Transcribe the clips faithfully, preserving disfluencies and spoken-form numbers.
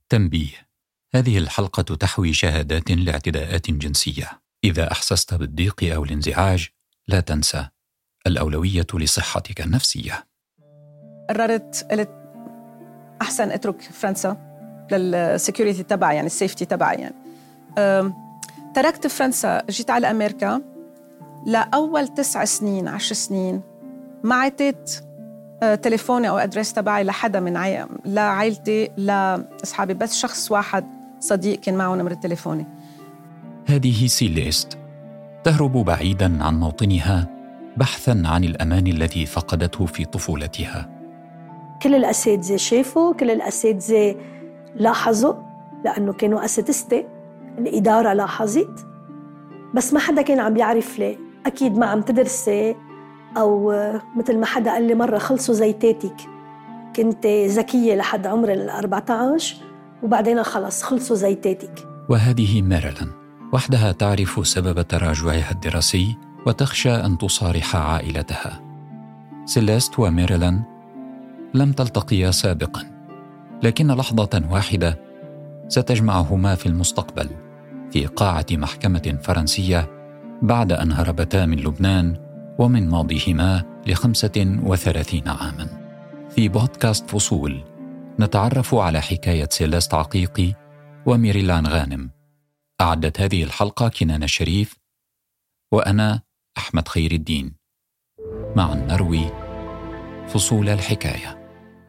تنبيه: هذه الحلقة تحوي شهادات لاعتداءات جنسية. إذا أحسست بالضيق أو الانزعاج لا تنسى، الأولوية لصحتك النفسية. قررت قلت أحسن أترك فرنسا للسيكوريتي تبعي، يعني السيفتي تبعي. يعني تركت فرنسا، جيت على أمريكا. لأول تسع سنين عشر سنين ما عطيت تليفوني أو أدريس تبعي لحدا من عي... لا عائلتي لا أصحابي، بس شخص واحد صديق كان معه نمرة تليفوني. هذه سيليست تهرب بعيداً عن موطنها بحثاً عن الأمان الذي فقدته في طفولتها. كل الأساتذة شافوا، كل الأساتذة لاحظوا، لأنه كانوا أساتذتي، الإدارة لاحظت، بس ما حدا كان عم بيعرف ليه. أكيد ما عم تدرسي، أو مثل ما حدا قال لي مرة خلصوا زيتاتك. كنت ذكية لحد عمر الأربعة عشر وبعدين خلص خلصوا زيتاتك. وهذه ميريلان وحدها تعرف سبب تراجعها الدراسي وتخشى أن تصارح عائلتها. سيليست وميريلان لم تلتقيا سابقاً، لكن لحظة واحدة ستجمعهما في المستقبل في قاعة محكمة فرنسية بعد أن هربتا من لبنان ومن ماضيهما لخمسة وثلاثين عاماً. في بودكاست فصول نتعرف على حكاية سيليست عقيقي وميريلان غانم. أعدت هذه الحلقة كنان الشريف، وأنا أحمد خير الدين. معاً نروي فصول الحكاية.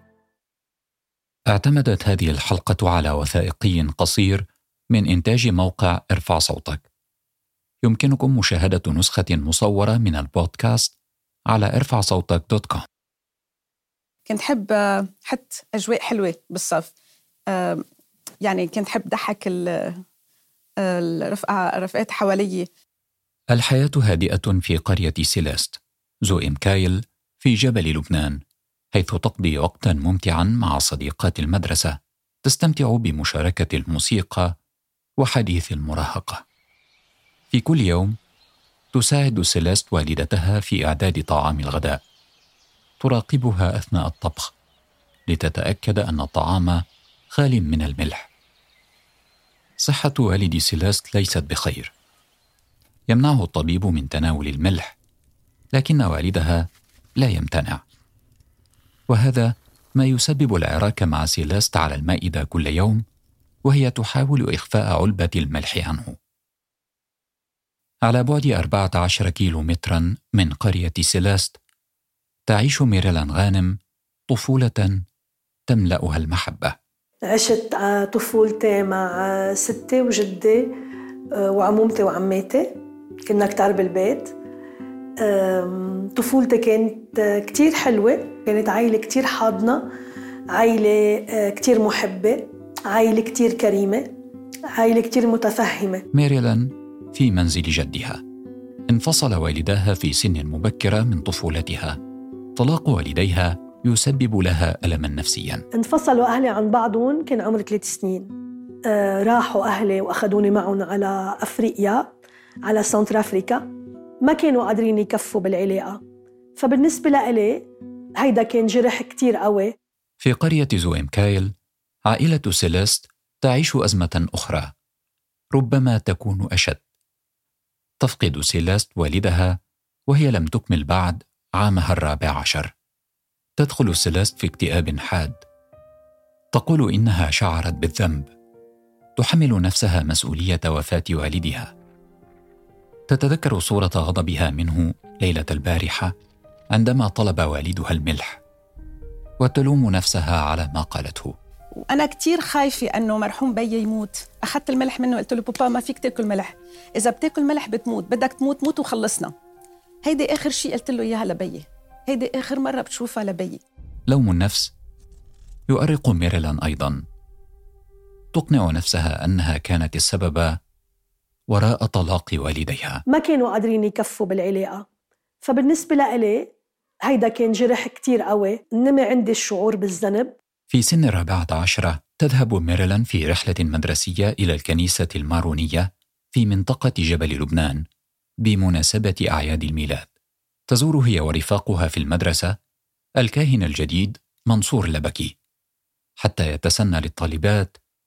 اعتمدت هذه الحلقة على وثائقي قصير من إنتاج موقع ارفع صوتك. يمكنكم مشاهدة نسخة مصورة من البودكاست على ارفع صوتك دوت كوم. كنت حب حط أجواء حلوة بالصف، يعني كنت حب ضحك الرفقة رفقات حوالي. الحياة هادئة في قرية سيليست زوئم كايل في جبل لبنان، حيث تقضي وقتا ممتعا مع صديقات المدرسة، تستمتع بمشاركة الموسيقى وحديث المراهقة. في كل يوم تساعد سيليست والدتها في إعداد طعام الغداء، تراقبها أثناء الطبخ لتتأكد أن الطعام خال من الملح. صحة والد سيليست ليست بخير، يمنعه الطبيب من تناول الملح، لكن والدها لا يمتنع، وهذا ما يسبب العراك مع سيليست على المائدة كل يوم، وهي تحاول إخفاء علبة الملح عنه. على بعد أربعة عشر كيلو متراً من قرية سيليست تعيش ميريلان غانم طفولة تملأها المحبة. عشت طفولتي مع ستي وجدي وعمومتي وعماتي، كنا كتار بالبيت. طفولتي كانت كتير حلوة، كانت عائلة كتير حاضنة، عائلة كتير محبة، عائلة كتير كريمة، عائلة كتير متفهمة. ميريلان في منزل جدها. انفصل والداها في سن مبكرة من طفولتها. طلاق والديها يسبب لها ألما نفسيا. انفصلوا أهلي عن بعضهم كان عمري ثلاث سنين. آه راحوا أهلي وأخذوني معهم على أفريقيا، على سنتر أفريكا. ما كانوا قادرين يكفوا بالعلاقة، فبالنسبة لإلي هيدا كان جرح كتير قوي. في قرية زوئم كايل عائلة سيليست تعيش أزمة أخرى ربما تكون أشد. تفقد سيليست والدها وهي لم تكمل بعد عامها الرابع عشر. تدخل سيليست في اكتئاب حاد. تقول إنها شعرت بالذنب، تحمل نفسها مسؤولية وفاة والدها. تتذكر صورة غضبها منه ليلة البارحة عندما طلب والدها الملح، وتلوم نفسها على ما قالته. وأنا كتير خايفة أنه مرحوم بي يموت. أخذت الملح منه قلت له بابا ما فيك تاكل ملح، إذا بتاكل ملح بتموت، بدك تموت موت وخلصنا. هيدي آخر شيء قلت له إياها لبي، هيدي آخر مرة بتشوفها لبي. لوم النفس يؤرق ميريلان أيضا. تقنع نفسها أنها كانت السبب وراء طلاق والديها. ما كانوا قادرين يكفوا بالعلاقة، فبالنسبة لإلي هيدا كان جرح كتير قوي. إنما عندي الشعور بالذنب. في سن الرابعة عشرة تذهب ميريلان في رحلة مدرسية إلى الكنيسة المارونية في منطقة جبل لبنان بمناسبة أعياد الميلاد. تزور هي ورفاقها في المدرسة الكاهن الجديد منصور لبكي، حتى يتسنى للطالبات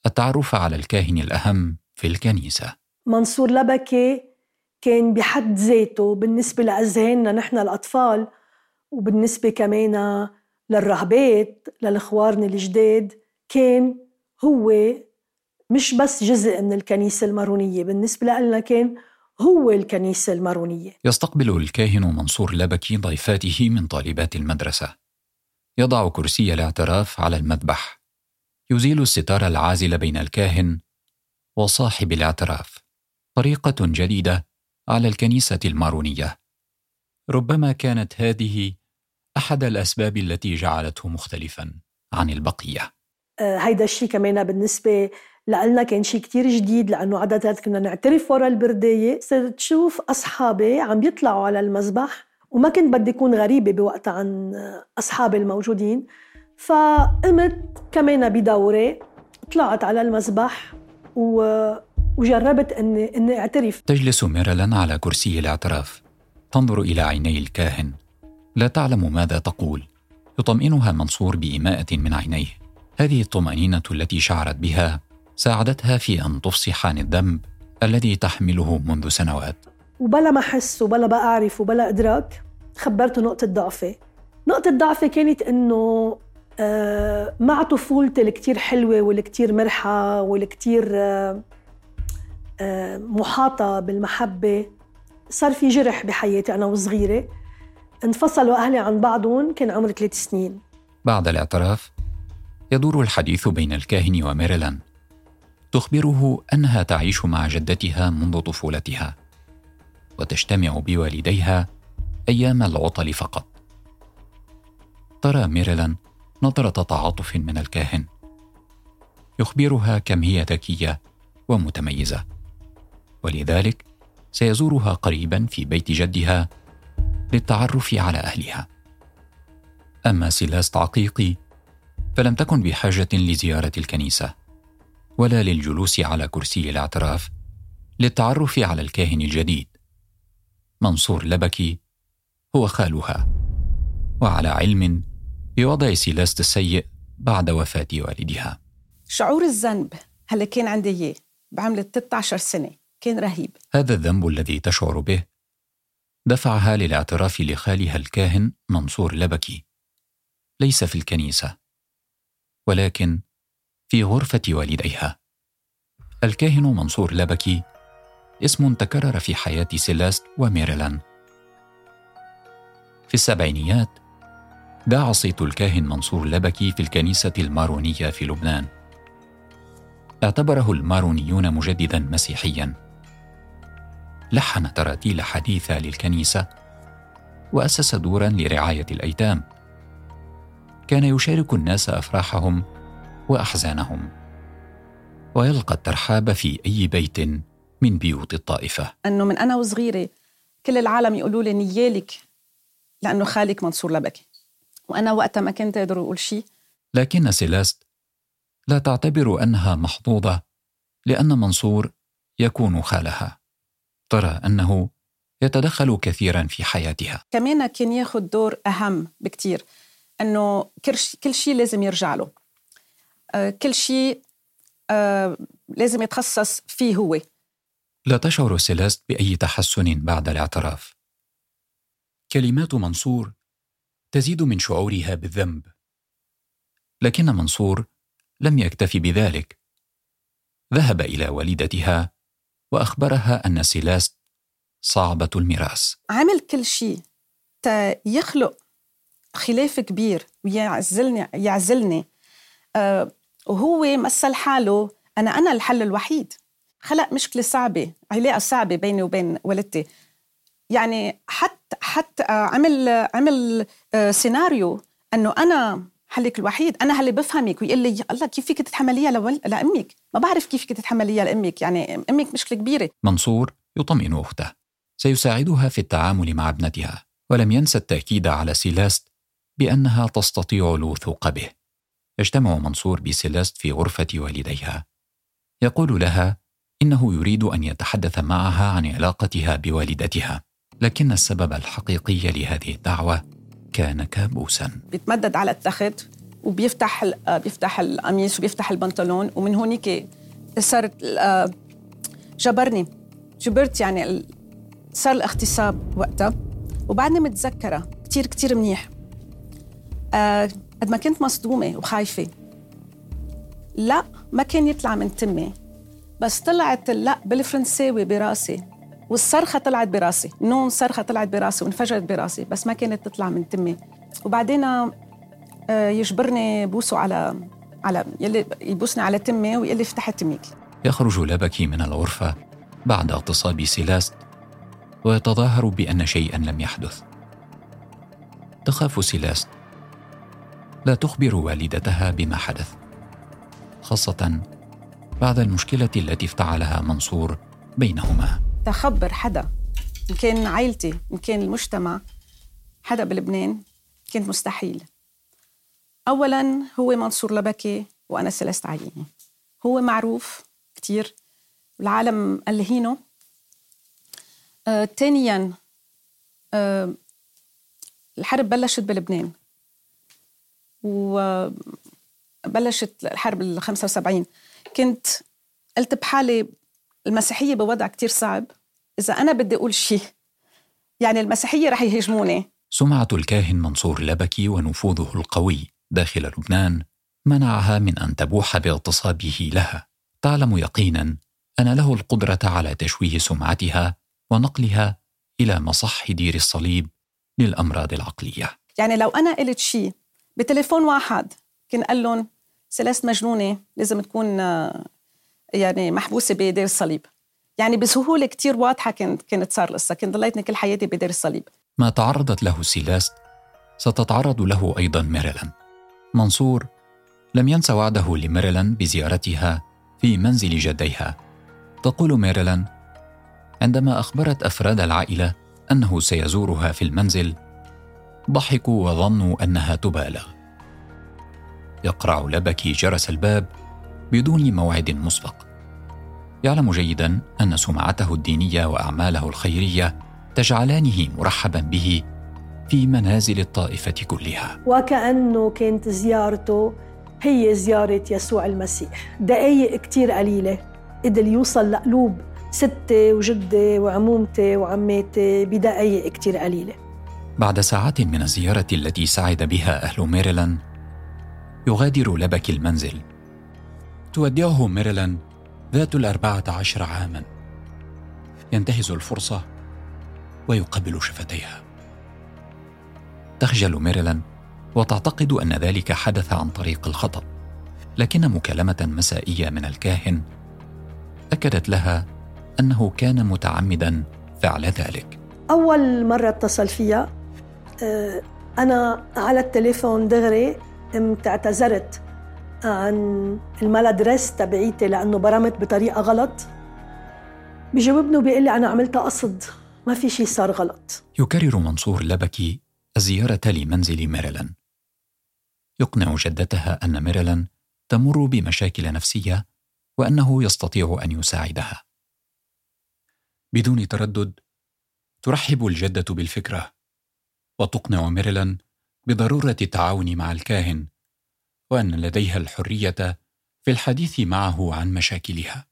التعرف على الكاهن الأهم في الكنيسة. منصور لبكي كان بحد ذاته بالنسبة لأذهاننا نحن الأطفال، وبالنسبة كمان للرهبات للإخوارن الجداد، كان هو مش بس جزء من الكنيسة المارونية، بالنسبة لنا كان هو الكنيسة المارونية. يستقبل الكاهن منصور لبكي ضيفاته من طالبات المدرسة. يضع كرسي الاعتراف على المذبح، يزيل الستار العازل بين الكاهن وصاحب الاعتراف، طريقة جديدة على الكنيسة المارونية. ربما كانت هذه أحد الأسباب التي جعلته مختلفاً عن البقية. هيدا الشيء كمان بالنسبة لألنا كان شيء كتير جديد، لأنه عادة كنا نعترف وراء البردية. صرت تشوف أصحابي عم يطلعوا على المذبح، وما كنت بدي أكون غريبة بوقتها عن أصحابي الموجودين، فقمت كمان بدوري طلعت على المذبح وجربت أني, أني أعترف. تجلس ميريلان على كرسي الاعتراف، تنظر إلى عيني الكاهن، لا تعلم ماذا تقول. يطمئنها منصور بإيماءة من عينيه. هذه الطمأنينة التي شعرت بها ساعدتها في أن تفصح عن الذنب الذي تحمله منذ سنوات. وبلا ما أحس وبلا بقى أعرف وبلا إدراك خبرته نقطة ضعفي. نقطة ضعفي كانت أنه آه مع طفولتي الكتير حلوة والكتير مرحة والكتير آه آه محاطة بالمحبة، صار في جرح بحياتي أنا وصغيرة. انفصلوا أهلي عن بعضهم كان عمري ثلاث سنين. بعد الاعتراف يدور الحديث بين الكاهن وميريلان. تخبره أنها تعيش مع جدتها منذ طفولتها، وتجتمع بوالديها أيام العطل فقط. ترى ميريلان نظرة تعاطف من الكاهن، يخبرها كم هي ذكية ومتميزة، ولذلك سيزورها قريبا في بيت جدها للتعرف على أهلها. أما سيلاست عقيقي فلم تكن بحاجة لزيارة الكنيسة ولا للجلوس على كرسي الاعتراف للتعرف على الكاهن الجديد. منصور لبكي هو خالها، وعلى علم بوضع سيلاست السيء بعد وفاة والدها. شعور الذنب هل كان عندي إياه بعمر ستة عشر سنة كان رهيب. هذا الذنب الذي تشعر به دفعها للاعتراف لخالها الكاهن منصور لبكي، ليس في الكنيسة ولكن في غرفة والديها. الكاهن منصور لبكي اسم تكرر في حياة سيلاست وميريلان. في السبعينيات ذاع صيت الكاهن منصور لبكي في الكنيسة المارونية في لبنان. اعتبره المارونيون مجددا مسيحيا. لحن تراتيل حديثة للكنيسة وأسس دورا لرعاية الأيتام. كان يشارك الناس أفراحهم وأحزانهم، ويلقى الترحاب في أي بيت من بيوت الطائفة. أنه من أنا وصغيرة كل العالم يقولوا لي نيالك لأنه خالك منصور لبكي، وأنا وقتها ما كنت أقدر أقول شيء. لكن سيلاست لا تعتبر أنها محظوظة لأن منصور يكون خالها. ترى أنه يتدخل كثيرا في حياتها. كمان كان ياخد دور أهم بكتير، أنه كل شيء لازم يرجع له، آه كل شيء آه لازم يتخصص فيه هو. لا تشعر سيلاست بأي تحسن بعد الاعتراف. كلمات منصور تزيد من شعورها بالذنب، لكن منصور لم يكتفي بذلك. ذهب إلى والدتها وأخبرها أن سيلاست صعبة الميراث. عمل كل شيء يخلق خلاف كبير ويعزلني يعزلني أه وهو مثل حاله أنا أنا الحل الوحيد. خلق مشكلة صعبة، علاقة صعبة بيني وبين والدتي. يعني حتى حتى عمل عمل سيناريو أنه أنا حلك الوحيد، أنا هاللي بفهمك، ويقول لي الله كيف فيك تتحمليها لول... لأمك؟ ما بعرف كيف فيك تتحمليها لأمك، يعني أمك مشكلة كبيرة. منصور يطمئن أخته، سيساعدها في التعامل مع ابنتها، ولم ينسى التأكيد على سيلاست بأنها تستطيع الوثوق به. يجتمع منصور بسيلاست في غرفة والديها. يقول لها إنه يريد أن يتحدث معها عن علاقتها بوالدتها، لكن السبب الحقيقي لهذه الدعوة كان كابوساً. بيتمدد على التخت وبيفتح بيفتح القميص وبيفتح البنطلون، ومن هونيك صارت جبرني جبرت يعني صار الاغتصاب وقتها. وبعدني متذكرة كتير كتير منيح قد ما كنت مصدومة وخايفة. لا ما كان يطلع من تمي، بس طلعت لا بالفرنساوي براسي، والصرخة طلعت براسي، نون صرخة طلعت براسي وانفجرت براسي، بس ما كانت تطلع من تمي. وبعدين يجبرني بوسه على على يلي يبوسني على تمي ويقول لي افتحي تميك. يخرج لبكي من الغرفة بعد اغتصاب سيلاست ويتظاهر بأن شيئا لم يحدث. تخاف سيلاست، لا تخبر والدتها بما حدث، خاصة بعد المشكلة التي افتعلها منصور بينهما. تخبر حدا، إن كان عائلتي إن كان المجتمع، حدا بلبنان، كانت مستحيل. أولاً هو منصور لبكي وأنا سيلاست عييني، هو معروف كتير، العالم قلهينه. آه، تانياً آه، الحرب بلشت بلبنان، وبلشت الحرب الخمسة وسبعين. كنت قلت بحالي المسيحية بوضع كتير صعب، إذا أنا بدي أقول شيء يعني المسيحية رح يهاجموني. سمعة الكاهن منصور لبكي ونفوذه القوي داخل لبنان منعها من أن تبوح باغتصابه لها. تعلم يقيناً أن له القدرة على تشويه سمعتها ونقلها إلى مصح دير الصليب للأمراض العقلية. يعني لو أنا قلت شيء بتليفون واحد كان قال لهم سيلاست مجنونة، لازم تكون يعني محبوسة بدير الصليب، يعني بسهولة كتير واضحة كانت كانت صار القصة، كنت ضليتني كل حياتي بدير الصليب. ما تعرضت له سيلاست ستتعرض له أيضا ميريلان. منصور لم ينسى وعده لميريلان بزيارتها في منزل جديها. تقول ميريلان: عندما أخبرت أفراد العائلة أنه سيزورها في المنزل ضحكوا وظنوا أنها تبالغ. يقرع لبكي جرس الباب بدون موعد مسبق. يعلم جيدا أن سمعته الدينية وأعماله الخيرية تجعلانه مرحبا به في منازل الطائفة كلها، وكأنه كانت زيارته هي زيارة يسوع المسيح. دقايق كتير قليلة قدر يوصل لقلوب ستي وجدي وعمومتي وعماتي بدقايق كتير قليلة. بعد ساعات من الزيارة التي سعد بها أهل ميريلان يغادر لبكي المنزل. تودعه ميريلان ذات الأربعة عشر عاما، ينتهز الفرصة ويقبل شفتيها. تخجل ميريلان وتعتقد أن ذلك حدث عن طريق الخطأ، لكن مكالمة مسائية من الكاهن أكدت لها أنه كان متعمدا فعل ذلك. أول مرة اتصل فيها أنا على التليفون دغري قمت اعتذرت عن المالادريس تبعيتي لأنه برمت بطريقة غلط. بيجاوبني وبيقول لي أنا عملتها قصد، ما في شيء صار غلط. يكرر منصور لبكي الزيارة لمنزل ميريلان. يقنع جدتها أن ميريلان تمر بمشاكل نفسية وأنه يستطيع أن يساعدها. بدون تردد ترحب الجدة بالفكرة وتقنع ميريلان بضرورة التعاون مع الكاهن وأن لديها الحرية في الحديث معه عن مشاكلها.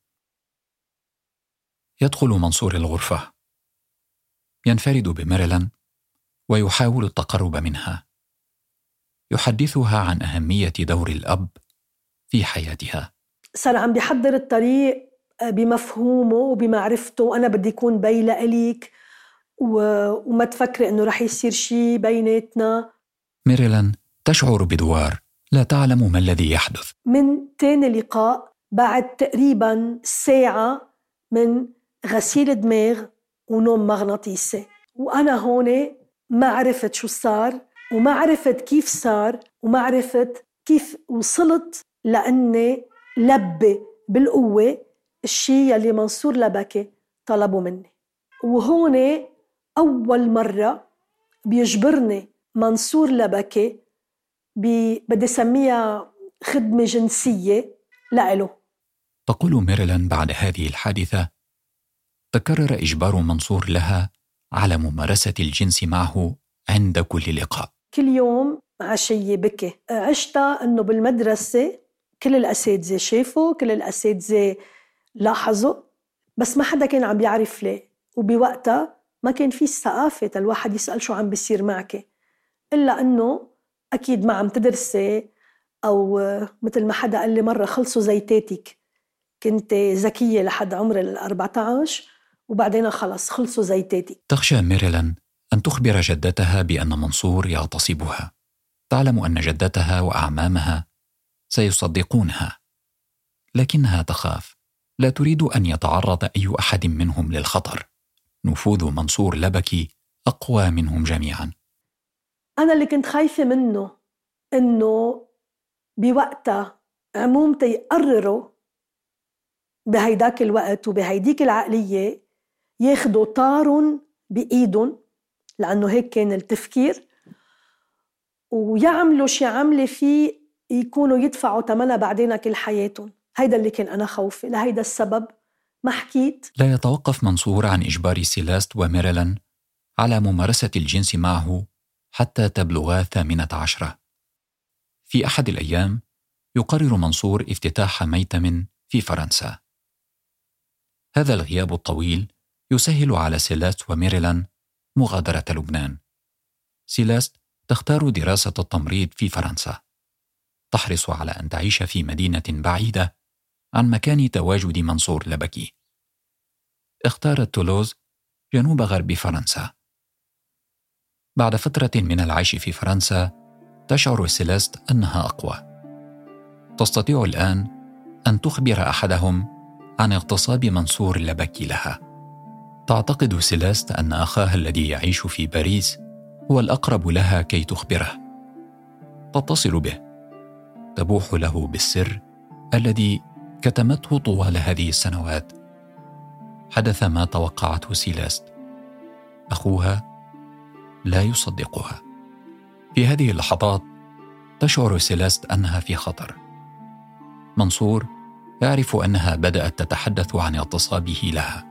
يدخل منصور الغرفة، ينفرد بميريلان ويحاول التقرب منها. يحدثها عن أهمية دور الأب في حياتها. صار عم بيحضر الطريق بمفهومه وبمعرفته، وأنا بدي يكون بي لإليك وما تفكري إنه رح يصير شيء بيناتنا. ميريلان تشعر بدوار، لا تعلم ما الذي يحدث. من تاني لقاء بعد تقريباً ساعة من غسيل دماغ ونوم مغناطيسي، وأنا هون ما عرفت شو صار وما عرفت كيف صار وما عرفت كيف وصلت لأني لبي بالقوة الشيء اللي منصور لبكي طلبوا مني. وهون أول مرة بيجبرني منصور لبكي بدي سميها خدمة جنسية لإله. تقول ميريلان بعد هذه الحادثة: تكرر إجبار منصور لها على ممارسة الجنس معه عند كل لقاء. كل يوم عشية بكي. عشتها أنه بالمدرسة كل الأساتذة شافوا، كل الأساتذة لاحظوا، بس ما حدا كان عم بيعرف ليه. وبوقتها ما كان في الثقافة الواحد يسأل شو عم بيصير معك، إلا أنه أكيد ما عم تدرسي، أو مثل ما حدا قال لي مرة خلصوا زيتاتك، كنت ذكية لحد عمر الأربعة عشر وبعدين خلص خلصوا زيتاتك. تخشى ميريلان أن تخبر جدتها بأن منصور يغتصبها. تعلم أن جدتها وأعمامها سيصدقونها، لكنها تخاف، لا تريد أن يتعرض أي أحد منهم للخطر. نفوذ منصور لبكي أقوى منهم جميعا. أنا اللي كنت خايفة منه إنه بوقتها عمومتي يقرروا بهيداك الوقت وبهيديك العقلية ياخدوا طارن بإيدهم، لأنه هيك كان التفكير، ويعملوا شي عملة فيه يكونوا يدفعوا ثمنها بعدين كل حياتهم. هيدا اللي كان أنا خوفي، لهيدا السبب ما حكيت. لا يتوقف منصور عن إجبار سيلاست وميريلان على ممارسة الجنس معه حتى تبلغا ثامنة عشرة. في أحد الأيام يقرر منصور افتتاح ميتم في فرنسا. هذا الغياب الطويل يسهل على سيلاست وميريلان مغادرة لبنان. سيلاست تختار دراسة التمريض في فرنسا، تحرص على أن تعيش في مدينة بعيدة عن مكان تواجد منصور لبكي. اختارت تولوز جنوب غرب فرنسا. بعد فترة من العيش في فرنسا تشعر سيلاست أنها أقوى. تستطيع الآن أن تخبر أحدهم عن اغتصاب منصور لبكي لها. تعتقد سيلاست أن أخاها الذي يعيش في باريس هو الأقرب لها كي تخبره. تتصل به، تبوح له بالسر الذي كتمته طوال هذه السنوات. حدث ما توقعته سيلاست، أخوها لا يصدقها. في هذه اللحظات تشعر سيلاست أنها في خطر. منصور يعرف أنها بدأت تتحدث عن اغتصابه لها.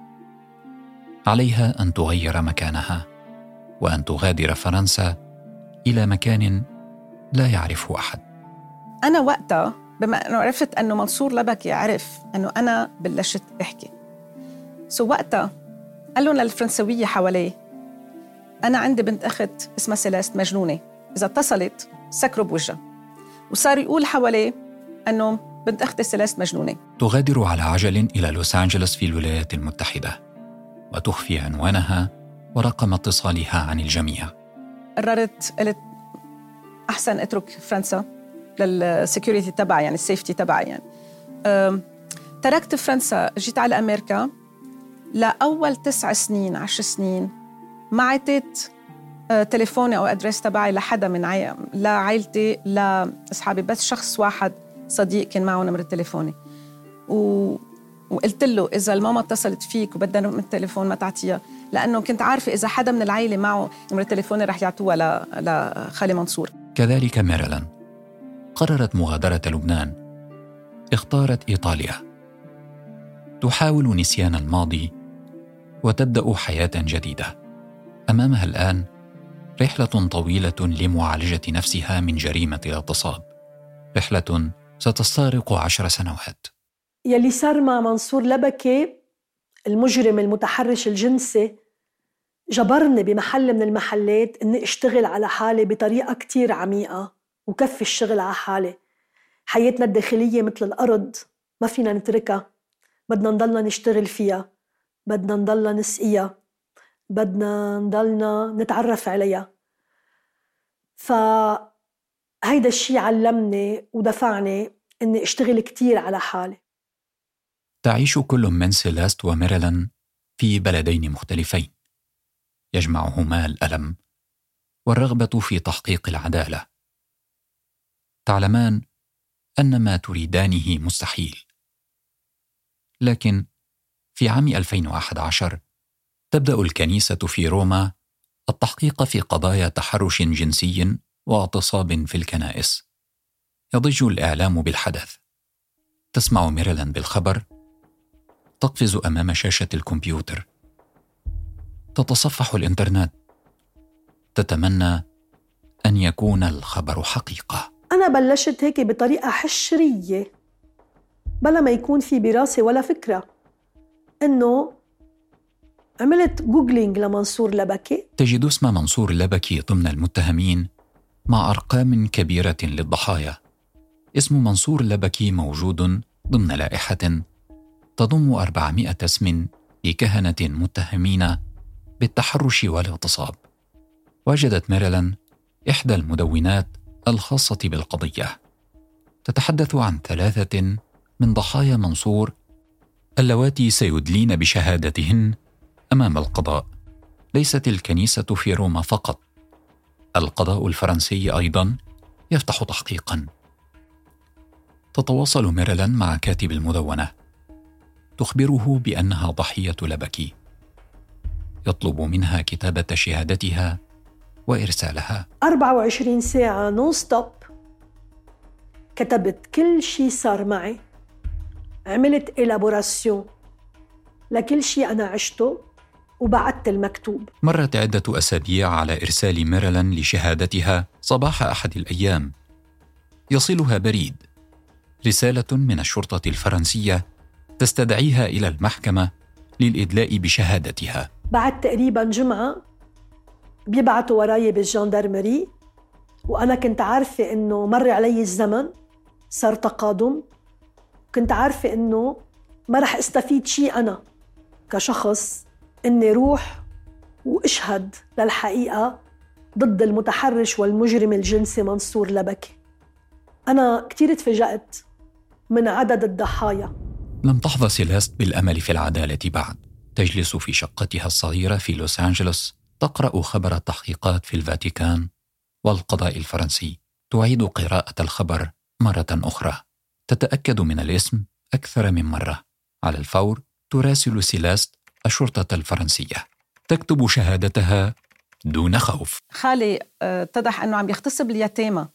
عليها أن تغير مكانها وأن تغادر فرنسا إلى مكان لا يعرفه أحد. أنا وقتها بما أنه عرفت أنه منصور لبكي عرف أنه أنا بلشت أحكي، سو وقتها قال لهم للفرنسوية حواليه أنا عندي بنت أخت اسمها سيلاست مجنونة، إذا اتصلت سكروا بوجهها، وصار يقول حواليه أنه بنت أختي سيلاست مجنونة. تغادر على عجل إلى لوس أنجلوس في الولايات المتحدة، وتخفي عنوانها ورقم اتصالها عن الجميع. قررت قلت أحسن أترك فرنسا للسيكوريتي تبعي، يعني السيفتي تبعي. يعني تركت فرنسا، جيت على أمريكا. لأول تسع سنين عشر سنين ما عطيت تليفوني أو أدريس تبعي لحدا من عي... لا عائلتي لا أصحابي، بس شخص واحد صديق كان معه نمرة تليفوني، و... وقلت له إذا الماما اتصلت فيك وبدها نمرة التليفون ما تعطيها، لأنه كنت عارفة إذا حدا من العائلة معه نمرة تليفوني رح يعطوها ل... لخالي منصور. كذلك ميريلان قررت مغادرة لبنان. اختارت إيطاليا، تحاول نسيان الماضي وتبدأ حياة جديدة. أمامها الآن رحلة طويلة لمعالجة نفسها من جريمة الاغتصاب، رحلة ستستغرق عشر سنوات. يلي صار مع منصور لبكي المجرم المتحرش الجنسي جبرني بمحل من المحلات إني أشتغل على حالي بطريقة كتير عميقة وكفي الشغل على حالي. حياتنا الداخلية مثل الأرض ما فينا نتركها، بدنا نضلنا نشتغل فيها، بدنا نضلنا نسقيها، بدنا نضلنا نتعرف عليها. فهيدا الشيء علمني ودفعني إني أشتغل كتير على حالي. تعيش كل من سيلاست وميريلان في بلدين مختلفين، يجمعهما الألم والرغبة في تحقيق العدالة. تعلمان أن ما تريدانه مستحيل. لكن في عام ألفين وأحد عشر تبدأ الكنيسة في روما التحقيق في قضايا تحرش جنسي واغتصاب في الكنائس. يضج الإعلام بالحدث. تسمع ميريلان بالخبر، تقفز أمام شاشة أن يكون الخبر حقيقة. أنا بلشت هيك بطريقة حشرية بلا ما يكون في براسي ولا فكرة، إنه عملت جوجلينج لمنصور لبكي. تجد اسم منصور لبكي ضمن المتهمين مع أرقام كبيرة للضحايا. اسم منصور لبكي موجود ضمن لائحة تضم أربعمائة اسم لكهنة متهمين بالتحرش والاغتصاب. وجدت ميريلان إحدى المدونات الخاصة بالقضية تتحدث عن ثلاثة من ضحايا منصور اللواتي سيدلين بشهادتهن أمام القضاء. ليست الكنيسة في روما فقط، القضاء الفرنسي أيضا يفتح تحقيقا. تتواصل ميريلان مع كاتب المدونة تخبره بأنها ضحية لبكي، يطلب منها كتابة شهادتها وإرسالها. أربعة وعشرين ساعة نو ستوب كتبت كل شيء صار معي، عملت إلابوراسيون لكل شيء أنا عشته وبعثت المكتوب. مرت عدة أسابيع على إرسال ميريلان لشهادتها. صباح أحد الأيام يصلها بريد، رسالة من الشرطة الفرنسية تستدعيها إلى المحكمة للإدلاء بشهادتها. بعد تقريباً جمعة بيبعتوا وراي بالجاندرمري، وأنا كنت عارفة إنه مر علي الزمن، صار تقادم، كنت عارفة إنه ما رح استفيد شيء أنا كشخص إني روح وأشهد للحقيقة ضد المتحرش والمجرم الجنسي منصور لبكي. أنا كتير تفاجأت من عدد الضحايا. لم تحظى سيليست بالأمل في العدالة بعد. تجلس في شقتها الصغيرة في لوس أنجلوس تقرأ خبر التحقيقات في الفاتيكان والقضاء الفرنسي. تعيد قراءة الخبر مرة أخرى، تتأكد من الاسم أكثر من مرة. على الفور تراسل سيليست الشرطة الفرنسية، تكتب شهادتها دون خوف. خالي اتضح أنه عم يغتصب اليتامى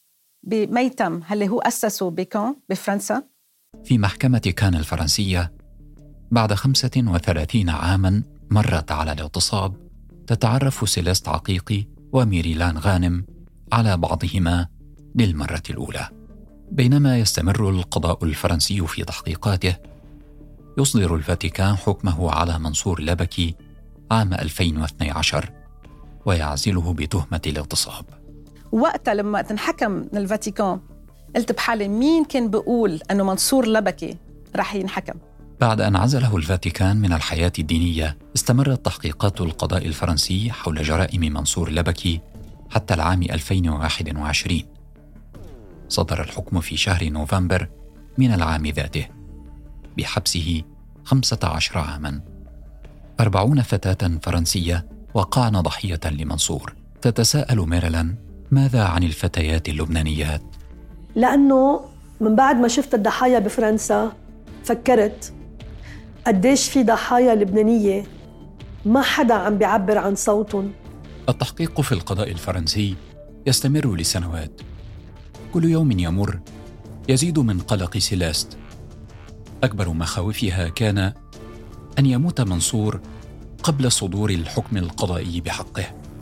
بميتم اللي هو أسسه بكان بفرنسا. في محكمة كان الفرنسية بعد خمسة وثلاثين عاماً مرت على الاغتصاب، تتعرف سيليست عقيقي وميريلان غانم على بعضهما للمرة الأولى. بينما يستمر القضاء الفرنسي في تحقيقاته، يصدر الفاتيكان حكمه على منصور لبكي عام ألفين واثني عشر ويعزله بتهمة الاغتصاب. وقتها لما تنحكم من الفاتيكان قلت بحالي مين كان بيقول أنه منصور لبكي رح ينحكم؟ بعد أن عزله الفاتيكان من الحياة الدينية، استمرت تحقيقات القضاء الفرنسي حول جرائم منصور لبكي حتى العام ألفين وواحد وعشرين. صدر الحكم في شهر نوفمبر من العام ذاته بحبسه خمسة عشر عاماً. أربعون فتاة فرنسية وقعن ضحية لمنصور. تتساءل ميريلان ماذا عن الفتيات اللبنانيات؟ لأنه من بعد ما شفت الضحايا بفرنسا فكرت قديش في ضحايا لبنانية ما حدا عم بيعبر عن صوتهم. التحقيق في القضاء الفرنسي يستمر لسنوات. كل يوم يمر يزيد من قلق سيليست. أكبر مخاوفها كان أن يموت منصور قبل صدور الحكم القضائي بحقه.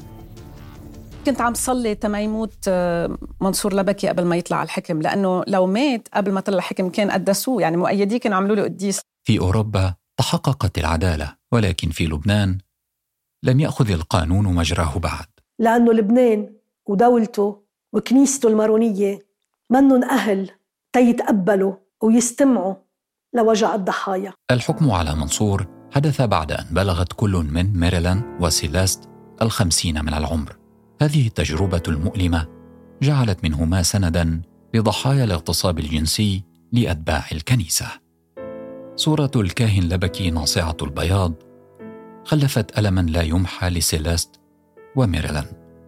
كنت عم صلي تما يموت منصور لبكي قبل ما يطلع الحكم، لأنه لو مات قبل ما طلع الحكم كان قدسوه، يعني مؤيديه كانوا عملوا له قديس. في أوروبا تحققت العدالة، ولكن في لبنان لم يأخذ القانون مجراه بعد. لأنه لبنان ودولته وكنيسته المارونية منن أهل تيتقبلوا ويستمعوا لوجع الضحايا. الحكم على منصور حدث بعد أن بلغت كل من ميريلان وسيليست الخمسين من العمر. هذه التجربة المؤلمة جعلت منهما سنداً لضحايا الاغتصاب الجنسي لأتباع الكنيسة. صورة الكاهن لبكي ناصعة البياض خلفت ألماً لا يمحى لسيليست وميريلان،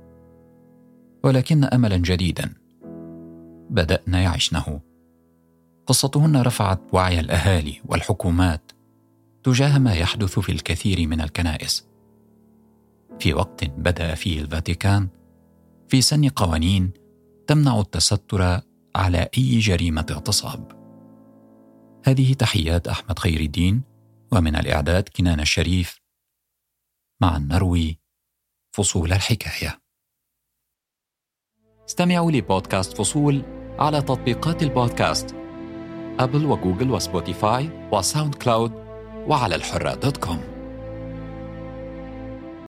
ولكن أملاً جديداً بدأنا يعيشنه. قصتهن رفعت وعي الأهالي والحكومات تجاه ما يحدث في الكثير من الكنائس، في وقت بدأ فيه الفاتيكان في سن قوانين تمنع التستر على أي جريمة اغتصاب. هذه تحيات أحمد خير الدين، ومن الإعداد كنان الشريف، مع النروي فصول الحكاية. استمعوا لبودكاست فصول على تطبيقات البودكاست أبل وجوجل وسبوتيفاي وساوند كلاود وعلى الحرة دوت كوم.